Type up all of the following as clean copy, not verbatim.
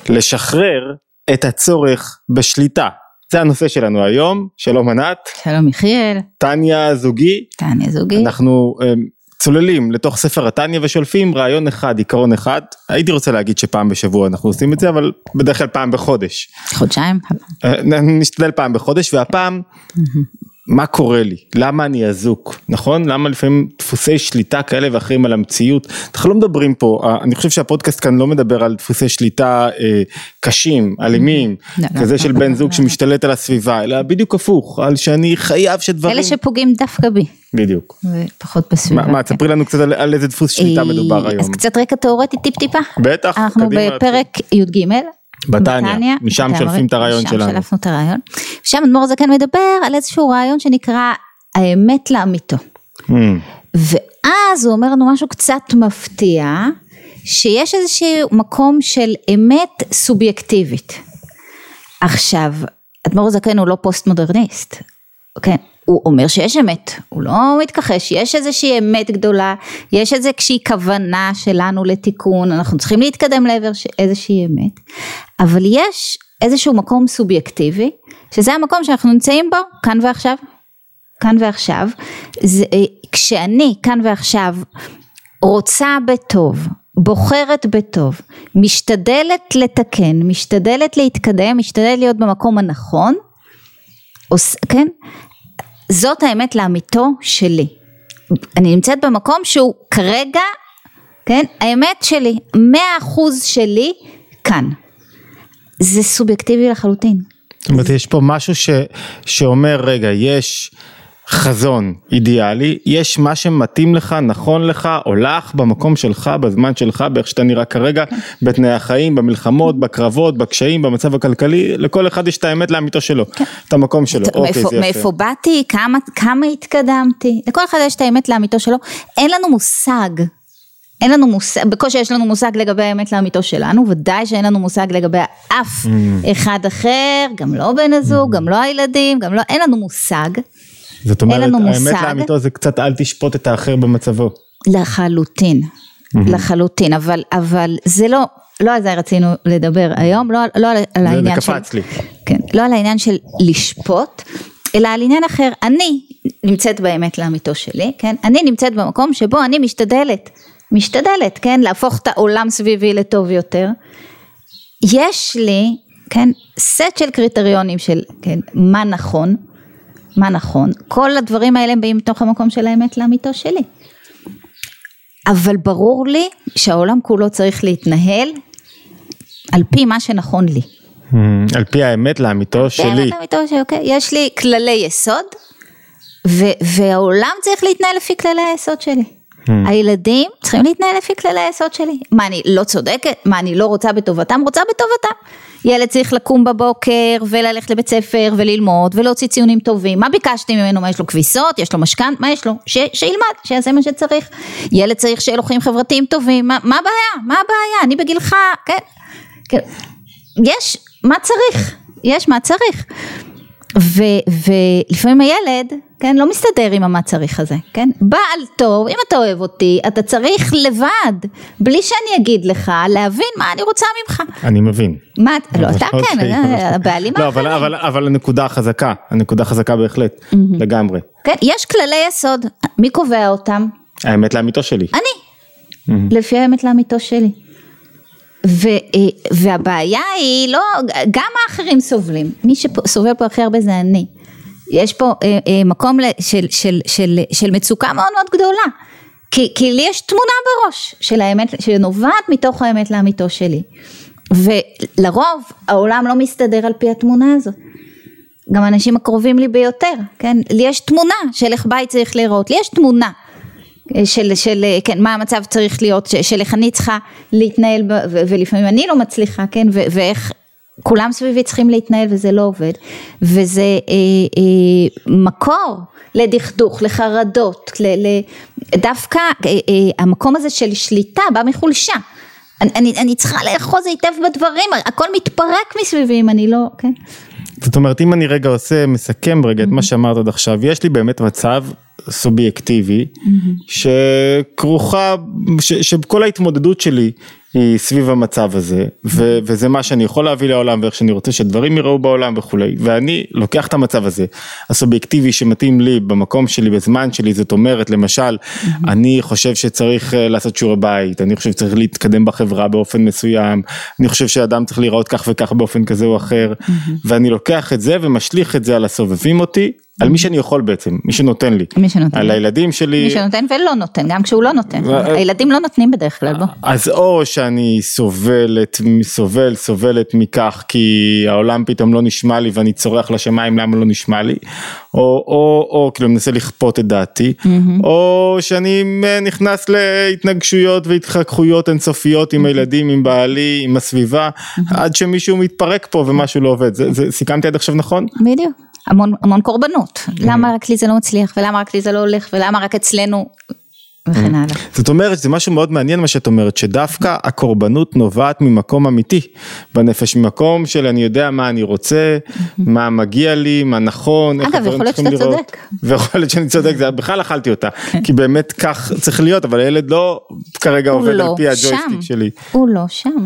לשחרר את הצורך בשליטה. זה הנושא שלנו היום. שלום ענת. שלום מיכאל. טניה זוגי. טניה זוגי. אנחנו צוללים לתוך ספר התניה ושולפים רעיון אחד, עיקרון אחד. הייתי רוצה להגיד שפעם בשבוע אנחנו עושים את זה, אבל בדרך כלל פעם בחודש. חודשיים. נשתדל פעם בחודש, והפעם מה קורה לי? למה אני אזוק? נכון? למה לפעמים דפוסי שליטה כאלה ואחרים על המציאות? אנחנו לא מדברים פה, אני חושב שהפודקאסט כאן לא מדבר על דפוסי שליטה קשים, אלימים, כזה של בן זוג שמשתלט על הסביבה, אלא בדיוק הפוך, על שאני חייב שדברים... אלה שפוגעים דווקא בי. בדיוק. ופחות בסביבה. מה, תספרי לנו קצת על איזה דפוס שליטה מדובר היום. אז קצת רקע תיאורטי טיפה. בטח. אנחנו בפרק י"ג. בתניה, משם שולפים את הרעיון שלנו. משם שלפנו את הרעיון. שם אדמו"ר הזקן מדבר על איזשהו רעיון שנקרא האמת לאמיתו. ואז הוא אומר לנו משהו קצת מפתיע, שיש איזשהו מקום של אמת סובייקטיבית. עכשיו, אדמו"ר הזקן הוא לא פוסט מודרניסט. כן. הוא אומר שיש אמת, הוא לא מתכחש, יש איזושהי אמת גדולה, יש איזושהי כוונה שלנו לתיקון, אנחנו צריכים להתקדם לעבר איזושהי אמת, אבל יש איזשהו מקום סובייקטיבי, שזה המקום שאנחנו נמצאים בו, כאן ועכשיו, כאן ועכשיו, כשאני כאן ועכשיו רוצה בטוב, בוחרת בטוב, משתדלת לתקן, משתדלת להתקדם, משתדלת להיות במקום הנכון, כן? זאת האמת לאמיתו שלי. אני נמצאת במקום שהוא כרגע, כן, האמת שלי, 100% שלי כאן. זה סובייקטיבי לחלוטין. זאת אומרת, יש פה משהו שאומר, רגע, יש חזון אידיאלי, יש מה שמתאים לך, נכון לך, או לך, במקום שלך, בזמן שלך, באיך שאתה נראה כרגע, בתנאי החיים, במלחמות, בקרבות, בקשיים, במצב הכלכלי, לכל אחד יש את האמת לאמיתו שלו, את המקום שלו. מאיפה באתי, כמה התקדמתי, לכל אחד יש את האמת לאמיתו שלו, אין לנו מושג, בקושי יש לנו מושג לגבי האמת לאמיתו שלנו, ודאי שאין לנו מושג לגבי אף אחד אחר, גם לא בן הזוג, גם לא הילדים, גם לא, אין לנו מושג. זאת אומרת, האמת לאמיתו זה קצת אל תשפוט את האחר במצבו. לחלוטין, אבל זה לא על זה רצינו לדבר היום, לא על העניין של... זה קפץ לי. כן, לא על העניין של לשפוט, אלא על עניין אחר. אני נמצאת באמת לאמיתו שלי, כן? אני נמצאת במקום שבו אני משתדלת, כן? להפוך את העולם סביבי לטוב יותר. יש לי, כן? סט של קריטריונים של, כן? מה נכון, כל הדברים האלה באים מתוך המקום של האמת לאמיתו שלי. אבל ברור לי שהעולם כולו צריך להתנהל על פי מה שנכון לי. על פי האמת לאמיתו שלי. האמת לאמיתו שלי, אוקיי. יש לי כללי יסוד, והעולם צריך להתנהל לפי כללי היסוד שלי. הילדים צריכים להתנהל לפי כללי היסוד שלי. מה, אני לא צודקת? מה, אני לא רוצה בטובתם? רוצה בטובתם. ילד צריך לקום בבוקר וללכת לבית ספר וללמוד ולהוציא ציונים טובים. מה ביקשתי ממנו? מה יש לו? כביסות? יש לו משכנתא? מה יש לו? שילמד, שיעשה מה שצריך. ילד צריך שיהיה לו חיים חברתיים טובים. מה הבעיה? מה הבעיה? אני בגילך, כן. יש מה צריך. ולפעמים הילד, כן, לא מסתדר עם מה צריך הזה, כן? בעל טוב, אם אתה אוהב אותי, אתה צריך לבד, בלי שאני אגיד לך, להבין מה אני רוצה ממך. אני מבין. מה, לא, אתה כן, הבעלים האחרים. אבל הנקודה חזקה בהחלט, לגמרי. כן, יש כללי יסוד, מי קובע אותם? האמת לאמיתו שלי. אני, לפי האמת לאמיתו שלי. והבעיה היא לא, גם האחרים סובלים, מי שסובל פה הכי הרבה זה אני. יש פה מקום של מצוקה מאוד מאוד גדולה, כי לי יש תמונה בראש של האמת, שנובעת מתוך האמת לאמיתו שלי, ולרוב העולם לא מסתדר על פי התמונה הזאת, גם האנשים הקרובים לי ביותר, כן? לי יש תמונה של איך בית צריך להיראות, לי יש תמונה, כן, מה המצב צריך להיות, של איך אני צריכה להתנהל, ולפעמים אני לא מצליחה, כן, ואיך כולם סביבי צריכים להתנהל וזה לא עובד, וזה מקור לדכדוך, לחרדות, דווקא המקום הזה של שליטה בא מחולשה, אני צריכה לאחוז היטב בדברים, הכל מתפרק מסביבי אם אני לא, כן. זאת אומרת, אם אני רגע מסכם רגע את מה שאמרת עד עכשיו, יש לי באמת מצב סובייקטיבי, שכרוכה, שכל ההתמודדות שלי היא סביב המצב הזה, וזה מה שאני יכול להביא לעולם, ואיך שאני רוצה שדברים יראו בעולם וכולי, ואני לוקח את המצב הזה, הסובייקטיבי שמתאים לי, במקום שלי, בזמן שלי, זאת אומרת, למשל, אני חושב שצריך לעשות שיעורי בית, אני חושב שצריך להתקדם בחברה באופן מסוים, אני חושב שאדם צריך לראות כך וכך באופן כזה או אחר, ואני לוקח את זה ומשליך את זה על הסובבים אותי, על מי שאני יכול בעצם, מי שנותן לי. מי שנותן. על הילדים שלי. מי שנותן ולא נותן, גם כשהוא לא נותן. הילדים לא נותנים בדרך כלל, בוא. אז או שאני סובלת מכך, כי העולם פתאום לא נשמע לי, ואני צורח לשמיים למה לא נשמע לי, או כאילו מנסה לכפות את דעתי, או שאני נכנס להתנגשויות והתחככויות אינסופיות עם הילדים, עם בעלי, עם הסביבה, עד שמישהו מתפרק פה ומשהו לא עובד. סיכמתי עד עכשיו נכון? בדיוק. המון קורבנות, למה רק לי זה לא מצליח, ולמה רק לי זה לא הולך, ולמה רק אצלנו, וכן הלאה. זאת אומרת, זה משהו מאוד מעניין מה שאת אומרת, שדווקא הקורבנות נובעת ממקום אמיתי, בנפש, ממקום של אני יודע מה אני רוצה, מה מגיע לי, מה נכון, אגב, יכול להיות שאתה צודק. ויכול להיות שאני צודק, בכלל אכלתי אותה, כי באמת כך צריך להיות, אבל הילד לא כרגע עובד על פי הג'ויסטיק שלי. הוא לא שם.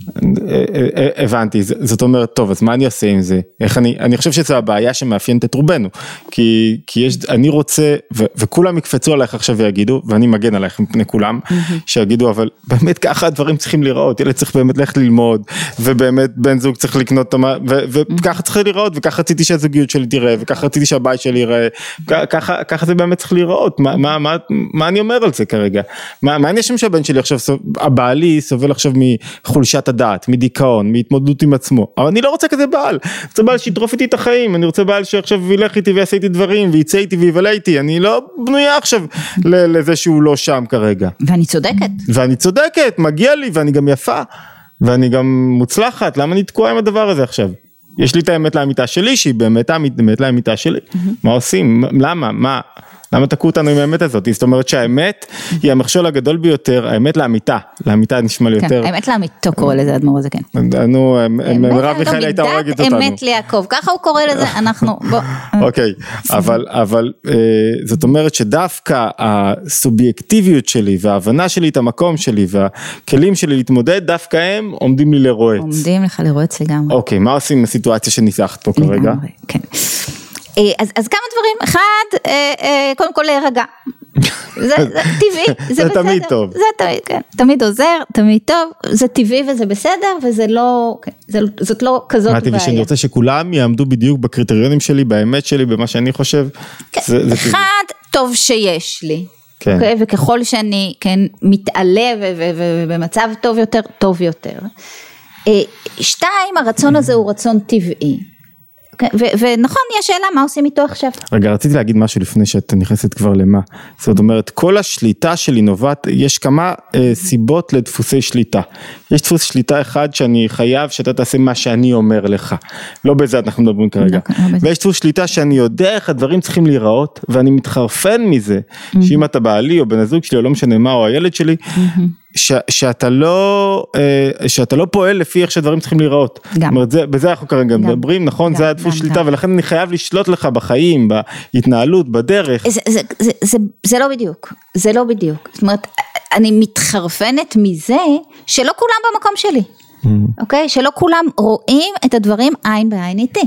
הבנתי, זאת אומרת, טוב, אז מה אני עושה עם זה? אני חושב שזו הבעיה שמאפיינת את רובנו, כי אני רוצה, וכולם יקפצו עליך עכשיו ויגידו, ואני מגן עליך מפני כולם, שיגידו, אבל באמת ככה הדברים צריכים לראות, ילד צריך באמת ללכת ללמוד, ובאמת בן זוג צריך לקנות, וככה צריך לראות, וככה רציתי שהזוגיות שלי תראה, וככה רציתי שהבית שלי יראה, ככה זה באמת צריך לראות, מה אני אומר על זה כרגע? מה אני אשם שהבן שלי עכשיו, הבעלי סובל עכשיו מחולשת הדעת, מדיכאון, מהתמודדות עם עצמו, אבל אני לא רוצה כזה בעל, אני רוצה בעל שיטרוף איתי את החיים, אני רוצה בעל שעכשיו ילך איתי ויעשה איתי דברים, ויצא איתי ויבלה איתי, אני לא בנויה עכשיו לזה שהוא לא שם כרגע. ואני צודקת, מגיע לי, ואני גם יפה, ואני גם מוצלחת, למה אני תקועה עם הדבר הזה עכשיו? יש לי את האמת לאמיתה שלי, שהיא באמת האמת לאמיתה שלי, מה עושים? למה תקעו אותנו עם האמת הזאת? זאת אומרת שהאמת היא המכשול הגדול ביותר, האמת לאמיתה נשמע לי יותר. כן, האמת לאמיתו קורא לזה אדמו"ר הזה, כן. מרב מיכאלי הייתה הורגת אותנו. אמת ליעקב, ככה הוא קורא לזה, אנחנו, בוא. אוקיי, אבל זאת אומרת שדווקא הסובייקטיביות שלי, וההבנה שלי את המקום שלי, והכלים שלי להתמודד, דווקא הם עומדים לי לרועץ. עומדים לך לרועץ לגמרי. אוקיי, מה עושים בסיטואציה שניסחת פה כרגע? כן. אז כמה דברים, אחד, קודם כל להירגע, זה טבעי, זה בסדר, תמיד טוב, זה תמיד, כן, תמיד עוזר, תמיד טוב, זה טבעי וזה בסדר, וזה לא, זאת לא כזאת בעיה. טבעי שאני רוצה שכולם יעמדו בדיוק בקריטריונים שלי, באמת שלי, במה שאני חושב, אחד, טוב שיש לי, וככל שאני מתעלה ובמצב טוב יותר, טוב יותר. שתיים, הרצון הזה הוא רצון טבעי. ונכון, יש שאלה, מה עושים איתו עכשיו? רגע, רציתי להגיד משהו לפני שאת נכנסת כבר למה. זאת אומרת, כל השליטה שלי נובעת, יש כמה סיבות לדפוסי שליטה. יש דפוס שליטה אחד שאני חייב שאתה תעשה מה שאני אומר לך. לא בזה אנחנו מדברים כרגע. ויש דפוס שליטה שאני יודע איך הדברים צריכים להיראות, ואני מתחרפן מזה, שאם אתה בעלי או בן הזוג שלי, או לא משנה מה, או הילד שלי, שאתה לא פועל לפי איך שהדברים צריכים להיראות. זאת אומרת, בזה אנחנו כרגע מדברים, נכון? זה הדפוס שליטה, ולכן אני חייב לשלוט לך בחיים, בהתנהלות, בדרך. זה לא בדיוק, זה לא בדיוק. זאת אומרת, אני מתחרפנת מזה שלא כולם במקום שלי. אוקיי? שלא כולם רואים את הדברים עין בעין איתי.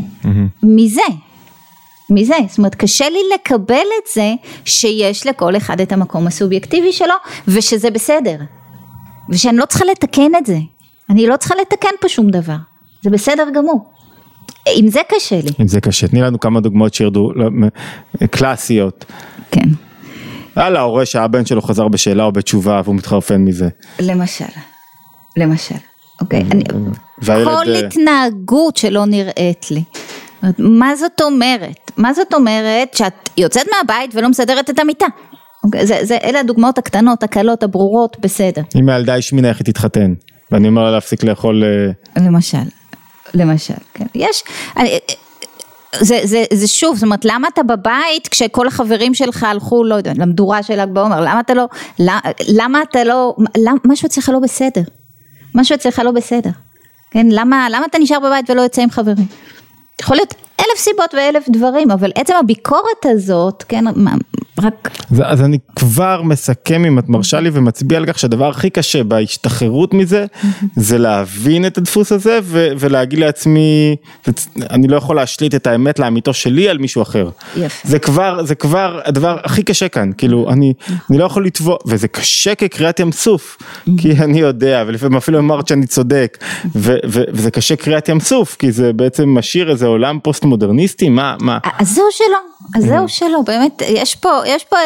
מזה, זאת אומרת, קשה לי לקבל את זה שיש לכל אחד את המקום הסובייקטיבי שלו, ושזה בסדר. ושאני לא צריכה לתקן את זה. אני לא צריכה לתקן פה שום דבר. זה בסדר גמור. אם זה קשה לי. אם זה קשה. תני לנו כמה דוגמאות שירדו קלאסיות. כן. ההורה שהבן שלו חזר בשאלה או בתשובה, והוא מתחרפן מזה. למשל. אוקיי. כל התנהגות שלא נראית לי. מה זאת אומרת? מה זאת אומרת שאת יוצאת מהבית ולא מסדרת את המיטה? אלה הדוגמאות הקטנות, הקלות, הברורות, בסדר. אם הילדה השמינה איך היא תתחתן, ואני אומר לה להפסיק לאכול... למשל, כן. יש... זה שוב, זאת אומרת, למה אתה בבית כשכל החברים שלך הלכו, לא יודע, למדורה של ל"ג בעומר, למה אתה לא, משהו אצלך לא בסדר. משהו אצלך לא בסדר. כן? למה אתה נשאר בבית ולא יוצא עם חברים? יכול להיות 1000 סיבות ו1000 דברים, אבל עצם הביקורת הזאת, כן, אז אני כבר מסכם אם את מרשה לי ומצביע על כך שהדבר הכי קשה בהשתחררות מזה, זה להבין את הדפוס הזה ולהגיד לעצמי, אני לא יכול להשליט את האמת לאמיתו שלי על מישהו אחר. זה כבר הדבר הכי קשה כאן, כאילו אני לא יכול לתבוע, וזה קשה כקריאת ים סוף, כי אני יודע, ולפעמים אפילו אמרת שאני צודק, וזה קשה קריאת ים סוף, כי זה בעצם משאיר איזה עולם פוסט מודרניסטי, מה? אז זהו שלו, באמת, יש פה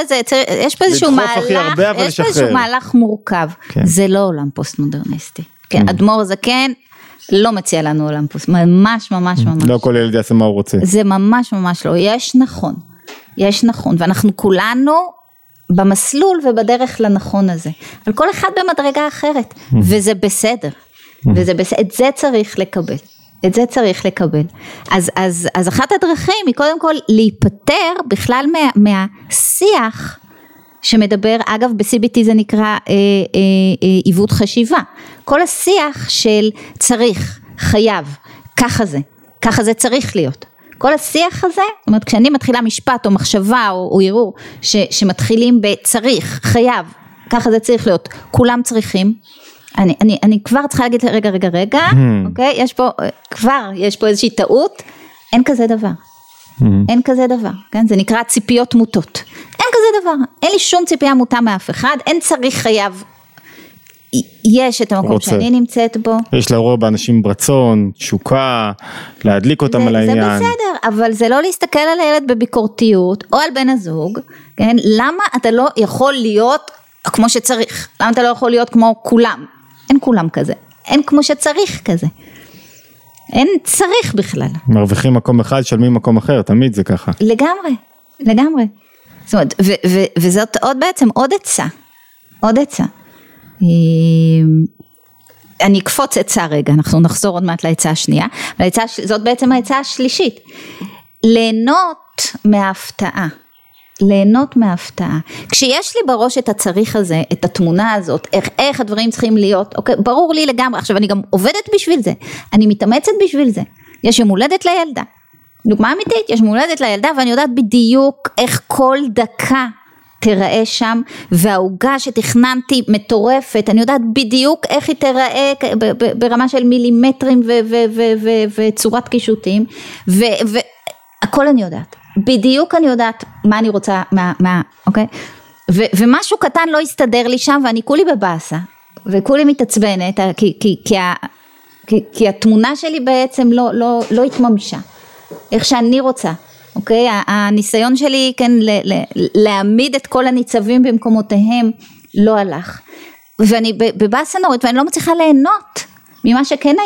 איזשהו מהלך מורכב, זה לא עולם פוסט מודרניסטי, אדמו"ר זקן לא מציע לנו עולם פוסט, ממש, לא כל ילד יעשה מה הוא רוצה, זה ממש לא, יש נכון, ואנחנו כולנו במסלול ובדרך לנכון הזה, אבל כל אחד במדרגה אחרת, וזה בסדר, את זה צריך לקבל, אז אחת הדרכים היא קודם כל להיפטר בכלל מהשיח שמדבר, אגב ב-CBT זה נקרא עיוות חשיבה, כל השיח של צריך, חייב, ככה זה צריך להיות, כל השיח הזה, זאת אומרת כשאני מתחילה משפט או מחשבה או ערעור שמתחילים בצריך, חייב, ככה זה צריך להיות, כולם צריכים, אני כבר צריכה להגיד רגע, אוקיי? יש פה איזושהי טעות, אין כזה דבר, כן? זה נקרא ציפיות מוטות, אין כזה דבר, אין לי שום ציפייה מוטה מאף אחד, אין צריך חייב, יש את המקום שאני נמצאת בו. יש לעורר באנשים ברצון, תשוקה, להדליק אותם על העניין. זה בסדר, אבל זה לא להסתכל על הילד בביקורתיות, או על בן הזוג, כן? למה אתה לא יכול להיות כמו שצריך? למה אתה לא יכול להיות כמו כולם? אין כולם כזה, אין כמו שצריך כזה, אין צריך בכלל. מרוויחים מקום אחד, שלמים מקום אחר, תמיד זה ככה. לגמרי. זאת אומרת, וזאת עוד עצה. אני אקפוץ עצה רגע, אנחנו נחזור עוד מעט לעצה השנייה, זאת בעצם העצה השלישית, ליהנות מההפתעה, כשיש לי בראש את הצריך הזה, את התמונה הזאת, איך הדברים צריכים להיות, אוקיי, ברור לי לגמרי, עכשיו אני גם עובדת בשביל זה, אני מתאמצת בשביל זה, יש יום הולדת לילדה, דוגמה אמיתית, יש יום הולדת לילדה, ואני יודעת בדיוק איך כל דקה תיראה שם, והעוגה שתכננתי מטורפת, אני יודעת בדיוק איך היא תיראה, ברמה של מילימטרים וצורת קישוטים, והכל אני יודעת. בדיוק אני יודעת מה אני רוצה, אוקיי? ומשהו קטן לא יסתדר לי שם, ואני כולי בבאסה, וכולי מתעצבנת, כי התמונה שלי בעצם לא התממשה, איך שאני רוצה, אוקיי? הניסיון שלי, כן, להעמיד את כל הניצבים במקומותיהם, לא הלך. ואני בבאסה נורית, ואני לא מצליחה ליהנות ממה שכן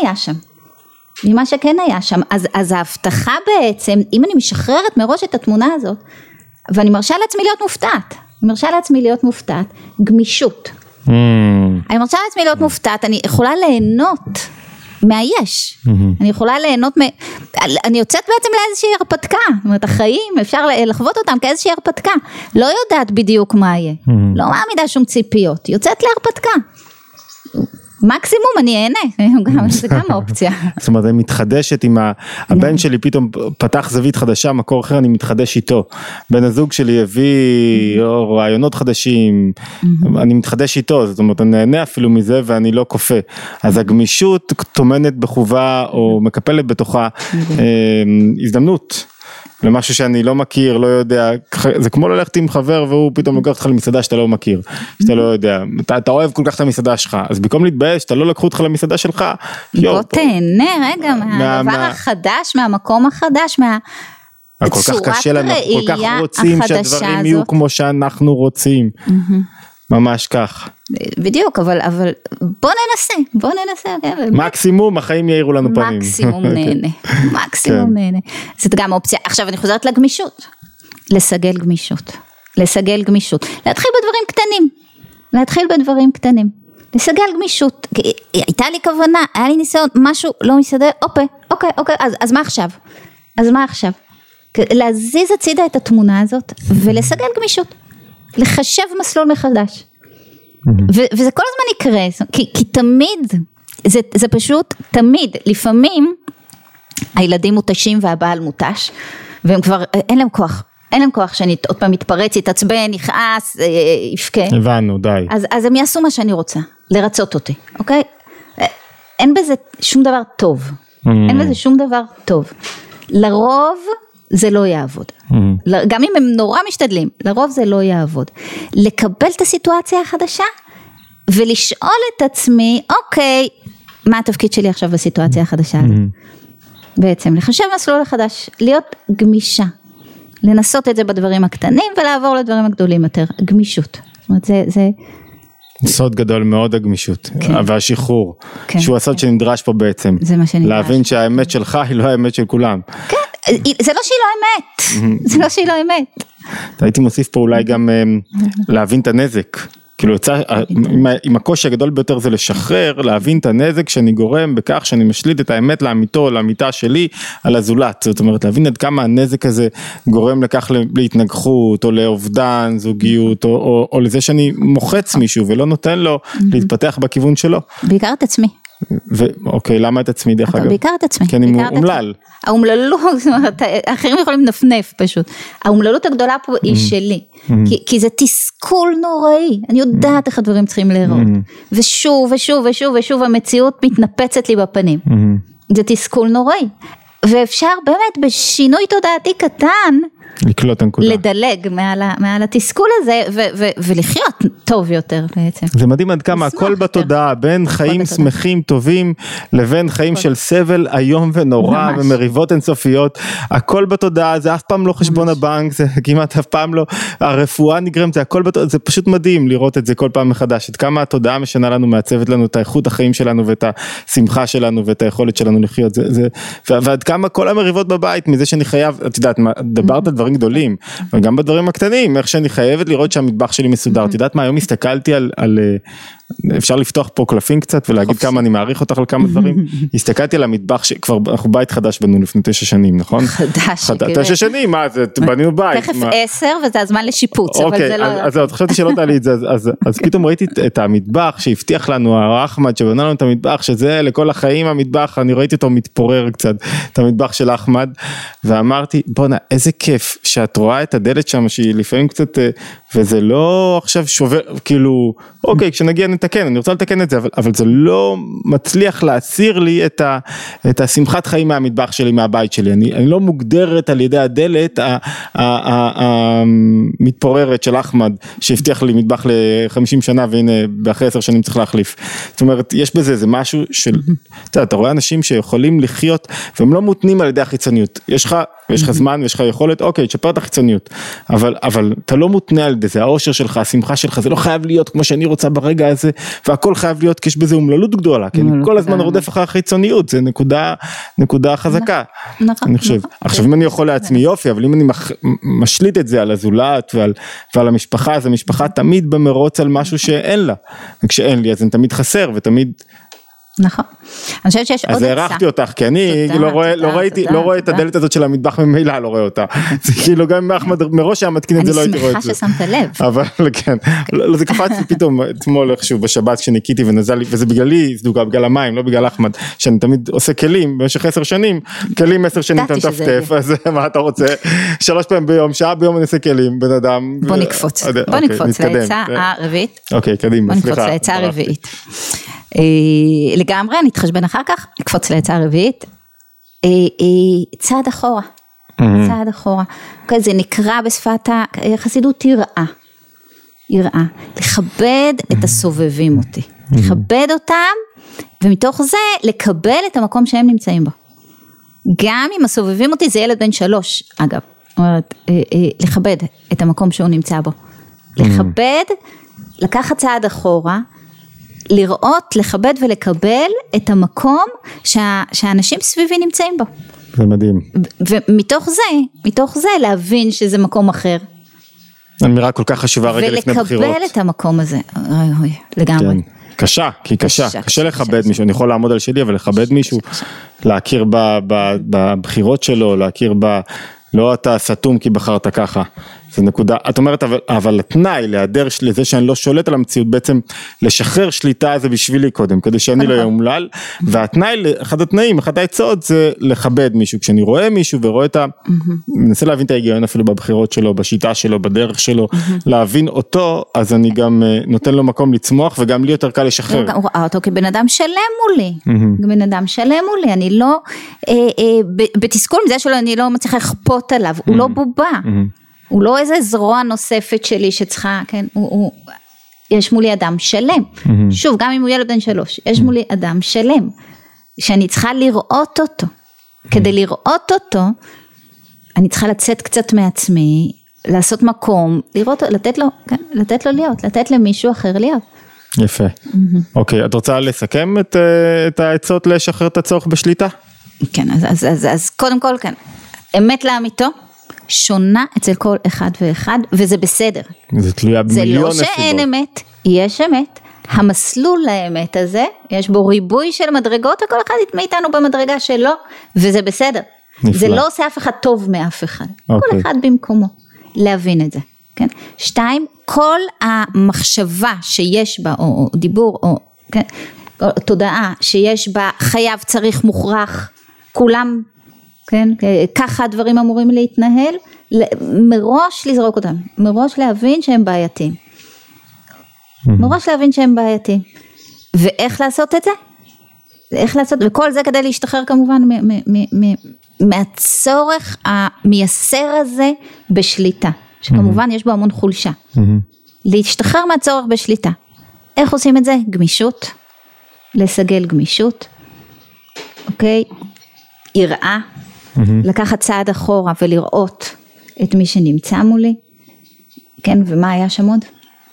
היה שם. אז ההבטחה בעצם, אם אני משחררת מראש את התמונה הזאת, ואני מרשה לעצמי להיות מופתעת, גמישות. אני מרשה לעצמי להיות מופתעת, אני יכולה ליהנות מהיש. אני יכולה ליהנות, אני יוצאת בעצם לאיזושהי הרפתקה, זאת אומרת החיים, אפשר לחוות אותם כאיזושהי הרפתקה, לא יודעת בדיוק מה יהיה, לא מעמידה שום ציפיות, יוצאת להרפתקה. מקסימום אני אהנה, זה גם האופציה. זאת אומרת, אני מתחדשת עם הבן שלי, פתאום פתח זווית חדשה, מקור אחר, אני מתחדש איתו. בן הזוג שלי הביא רעיונות חדשים, אני מתחדש איתו, זאת אומרת, אני נהנה אפילו מזה ואני לא כופה. אז הגמישות טומנת בחובה או מקפלת בתוכה הזדמנות. למשהו שאני לא מכיר, לא יודע, זה כמו ללכת עם חבר והוא פתאום לוקח אותך למסעדה שאתה לא מכיר, שאתה לא יודע, אתה אוהב כל כך את המסעדה שלך, אז במקום להתבייש, שאתה לא לקחו אותך למסעדה שלך, בוא תהנה רגע מהדבר החדש, מהמקום החדש, כל כך קשה לנו, כל כך רוצים שהדברים יהיו כמו שאנחנו רוצים, ממש כך. בדיוק, אבל בוא ננסה. מקסימום, החיים יאירו לנו פנים. מקסימום נהנה. זאת גם אופציה. עכשיו אני חוזרת לגמישות. לסגל גמישות. להתחיל בדברים קטנים. לסגל גמישות. הייתה לי כוונה, היה לי ניסיון, משהו לא מסתדר, אוקיי, אז מה עכשיו? להזיז הצידה את התמונה הזאת, ולסגל גמישות. לחשב מסלול מחדש. וזה כל הזמן יקרה, כי תמיד, זה פשוט תמיד, לפעמים הילדים מותשים והבעל מותש, והם כבר אין להם כוח, אין להם כוח שאני עוד פעם מתפרץ, יתעצבן, יכעס, יפקה. הבנו, די. אז הם יעשו מה שאני רוצה, לרצות אותי, אוקיי? אין בזה שום דבר טוב. אין בזה שום דבר טוב. לרוב זה לא יעבוד. גם אם הם נורא משתדלים, לרוב זה לא יעבוד. לקבל את הסיטואציה החדשה, ולשאול את עצמי, אוקיי, מה התפקיד שלי עכשיו בסיטואציה החדשה הזאת? בעצם, לחשב מסלול החדש, להיות גמישה. לנסות את זה בדברים הקטנים, ולעבור לדברים הגדולים יותר. גמישות. זאת אומרת, זה סוד גדול מאוד הגמישות, והשחרור, שהוא הסוד שנדרש פה בעצם, להבין שהאמת שלך היא לא האמת של כולם. כן, זה לא שהיא לא אמת, זה לא שהיא לא אמת. הייתי מוסיף פה אולי גם להבין את הנזק, כאילו עם הקושי הגדול ביותר זה לשחרר, להבין את הנזק שאני גורם בכך שאני משליט את האמת לאמיתו, לאמיתה שלי, על הזולת, זאת אומרת להבין עד כמה הנזק הזה גורם לכך להתנגחות, או לאובדן, זוגיות, או לזה שאני מוחץ מישהו, ולא נותן לו להתפתח בכיוון שלו. בעיקר את עצמי. אוקיי, למה את עצמי דרך אגב? בעיקר את עצמי. כי אני אומלל. האומללות, זאת אומרת, אחרים יכולים לנפנף פשוט. האומללות הגדולה פה היא שלי. כי זה תסכול נוראי. אני יודעת איך הדברים צריכים להיראות. ושוב ושוב ושוב ושוב המציאות מתנפצת לי בפנים. זה תסכול נוראי. ואפשר באמת בשינוי תודעתי קטן, לקלוט הנקודה. לדלג מעל התסכול הזה, ולחיות טוב יותר בעצם. זה מדהים עד כמה, הכל בתודעה, בין חיים שמחים טובים, לבין חיים של סבל איום ונורא, ומריבות אינסופיות, הכל בתודעה, זה אף פעם לא חשבון הבנק, זה כמעט אף פעם לא, הרפואה נגרמת, זה הכל בתודעה, זה פשוט מדהים לראות את זה כל פעם מחדש, עד כמה התודעה משנה לנו, מעצבת לנו את האיכות החיים שלנו, ואת השמחה שלנו, ואת היכולת שלנו לחיות, ועד כמה כל המריבות בבית, מזה שאני חייב, את יודעת, דברת על דברים גדולים, וגם בדברים הקטנים, איך שאני חייבת לראות שהמטבח שלי מסודר, את יודעת מה, היום הסתכלתי על אפשר לפתוח פה קלפים קצת, ולהגיד כמה אני מעריך אותך על כמה דברים, הסתכלתי על המטבח, שכבר אנחנו בית חדש בנו לפני 9 שנים, נכון? חדש. 9 שנים, מה זה, בנינו בית. תכף 10, וזה הזמן לשיפוץ, אבל זה לא... אז חשבתי שלא תעלי את זה, אז פתאום ראיתי את המטבח, שהבטיח לנו, אחמד, שבנה לנו את המטבח, שזה לכל החיים המטבח, אני ראיתי אותו מתפורר קצת, את המטבח של אחמד, ואמרתי, בונה, איזה כיף, שאת רואה את הדלת שם, שהיא לפעמים קצת, וזה לא עכשיו שובר, כאילו, אוקיי, כשנגיע נתקן, אני רוצה לתקן את זה, אבל זה לא מצליח להסיר לי את השמחת חיים מהמטבח שלי, מהבית שלי, אני לא מוגדרת על ידי הדלת המתפוררת של אחמד, שהבטיח לי מטבח ל-50 שנה, והנה, באחרי 10 שנים צריך להחליף. זאת אומרת, יש בזה, זה משהו של, אתה רואה אנשים שיכולים לחיות, והם לא מותנים על ידי החיצוניות. יש לך זמן, ויש לך יכולת, אוקיי, תשפר את החיצוניות, אבל אתה לא מותנה על זה, האושר שלך, השמחה שלך, זה לא חייב להיות כמו שאני רוצה ברגע הזה, והכל חייב להיות, כי יש בזה אומללות גדולה, כי אני כל הזמן רודף אחרי החיצוניות, זה נקודה חזקה, אני חושב. עכשיו אם אני יכול לעצמי יופי, אבל אם אני משליט את זה על הזולת, ועל המשפחה, אז המשפחה תמיד במרוץ על משהו שאין לה, וכשאין לי, אז אני תמיד חסר, ותמיד... נכון. אני חושבת שיש עוד אז הערכתי אותך, כי אני לא רואה את הדלת הזאת של המטבח ממילא, לא רואה אותה. זה כאילו גם מראש שהמתקין את זה לא הייתי רואה את זה. אני שמחה ששמת לב. אבל כן, זה קפץ לי פתאום אתמול איכשהו בשבת שניקיתי ונזל לי, וזה בגללי, זה דוגה בגלל המים, לא בגלל אחמד, שאני תמיד עושה כלים במשך 10 שנים, כלים 10 שנים אתה מטפטף, אז מה אתה רוצה? 3 פעמים ביום, שעה ביום אני עושה כלים, בן אדם. בוא נקפוץ לעצה הרביעית. אוקיי, קדימה, סליחה. בוא נקפוץ לעצה הרביעית. לגמרי, נתחשבן אחר כך, נקפוץ לעצה הרביעית, צעד אחורה, צעד אחורה, זה נקרא בשפת החסידות יראה, לכבד את הסובבים אותי, לכבד אותם, ומתוך זה לקבל את המקום שהם נמצאים בו, גם אם הסובבים אותי זה ילד בן 3, אגב, לכבד את המקום שהוא נמצא בו, לכבד, לקחת צעד אחורה, לראות, לכבד ולקבל את המקום שהאנשים סביבי נמצאים בו. זה מדהים. ומתוך זה להבין שזה מקום אחר. אמירה כל כך חשובה רגע לפני בחירות. ולקבל את המקום הזה, לגמרי. כן. קשה, כי קשה לכבד מישהו, אני יכול לעמוד על שלי, אבל לכבד מישהו, להכיר בבחירות שלו, להכיר לא אתה סתום כי בחרת ככה, זה נקודה, את אומרת, אבל התנאי להיעדר לזה שאני לא שולט על המציאות, בעצם לשחרר שליטה זה בשבילי קודם, כדי שאני לא יאומלל, והתנאי, אחד התנאים, אחד העצות, זה לכבד מישהו, כשאני רואה מישהו ורואה מנסה להבין את ההיגיון אפילו בבחירות שלו, בשיטה שלו, בדרך שלו, להבין אותו, אז אני גם נותן לו מקום לצמוח, וגם לי יותר קל לשחרר. הוא ראה אותו כבן אדם שלם מולי, בן אדם שלם מולי, אני לא, בתסכול מזה שלו, אני לא מצליחה לכפות עליו, הוא לא בובה, הוא לא איזה זרוע נוספת שלי שצריכה, כן, יש מולי אדם שלם, שוב, גם אם הוא ילד בן 3, יש מולי אדם שלם, שאני צריכה לראות אותו, כדי לראות אותו, אני צריכה לצאת קצת מעצמי, לעשות מקום, לראות, לתת לו להיות, לתת למישהו אחר להיות. יפה. אוקיי, את רוצה לסכם את העצות לשחרר את הצורך בשליטה? כן, אז קודם כל, כן, אמת לאמיתו, שונה אצל כל אחד ואחד, וזה בסדר. זה תלויה במיליון נסיבות. זה לא שאין אמת, יש אמת, המסלול לאמת הזה, יש בו ריבוי של מדרגות, וכל אחד מאיתנו במדרגה שלו, וזה בסדר. נפלא. זה לא עושה אף אחד טוב מאף אחד, כל אחד במקומו, להבין את זה. כן? 2, כל המחשבה שיש בה, או דיבור, או כן, או תודעה שיש בה חייב, צריך, מוכרח, כולם, כן, ככה הדברים אמורים להתנהל, מראש לזרוק אותם, מראש להבין שהם בעייתיים. מראש להבין שהם בעייתיים. ואיך לעשות את זה? איך לעשות, וכל זה כדי להשתחרר כמובן מהצורך המייסר הזה בשליטה, שכמובן יש בו המון חולשה. להשתחרר מהצורך בשליטה. איך עושים את זה? גמישות, לסגל גמישות, אוקיי? יראה, לקחת צעד אחורה ולראות את מי שנמצא מולי, כן, ומה היה שם עוד?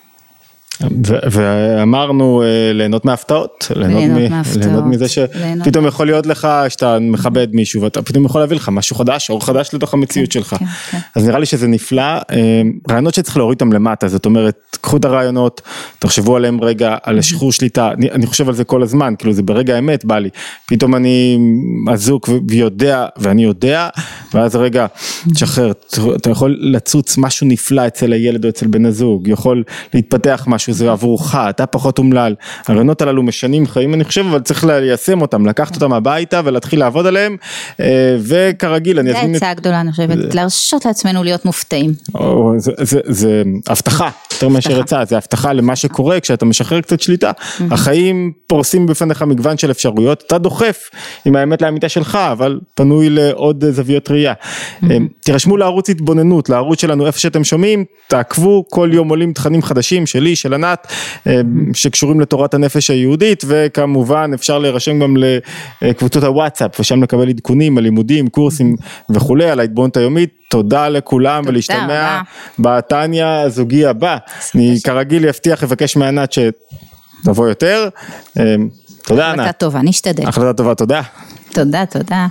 ואמרנו ליהנות מהפתעות, ליהנות מזה שפתאום יכול להיות לך שאתה מכבד מישהו ואתה פתאום יכול להביא לך משהו חדש, אור חדש לתוך המציאות שלך. אז נראה לי שזה נפלא, רעיונות שצריך להוריד אותם למטה, זאת אומרת, קחו את הרעיונות, תחשבו עליהם רגע, על השחרור שליטה, אני חושב על זה כל הזמן, כאילו זה ברגע האמת בא לי, פתאום אני אזוק ויודע, ואני יודע, ואז רגע, תשחרר, אתה יכול לצוץ משהו נפלא אצל הילד או אצל בן הזוג, יכול להתפתח משהו, זה עבורך, אתה פחות אומלל, הרעיונות הללו משנים חיים, אני חושב, אבל צריך ליישם אותם, לקחת אותם הביתה ולהתחיל לעבוד עליהם, וכרגיל, אני אזמין... זה הצעה גדולה, אני חושבת, להרשות לעצמנו להיות מופתעים. זה הבטחה, יותר מאשר הצעה, זה הבטחה למה שקורה, כשאתה משחרר קצת שליטה, החיים פורסים בפניך מגוון של אפשרויות, אתה דוחף עם האמת לאמיתה שלך, אבל פנוי לעוד זוויות ראייה. תירשמו לערוץ התבוננות, לערוץ שלנו איפה שאתם שומעים, תעקבו, כל יום עולים תכנים חדשים שלי, של ענת, שקשורים לתורת הנפש היהודית, וכמובן אפשר להירשם גם לקבוצות הוואטסאפ, ושם לקבל עדכונים על לימודים, קורסים וכו', על ההתבוננות היומית. תודה לכולם, ולהשתמע בתניה הזוגי הבא. אני כרגיל יבטיח, אבקש מענת שתבוא יותר. תודה ענת. החלטה טובה, נשתדל. החלטה טובה, תודה. תודה.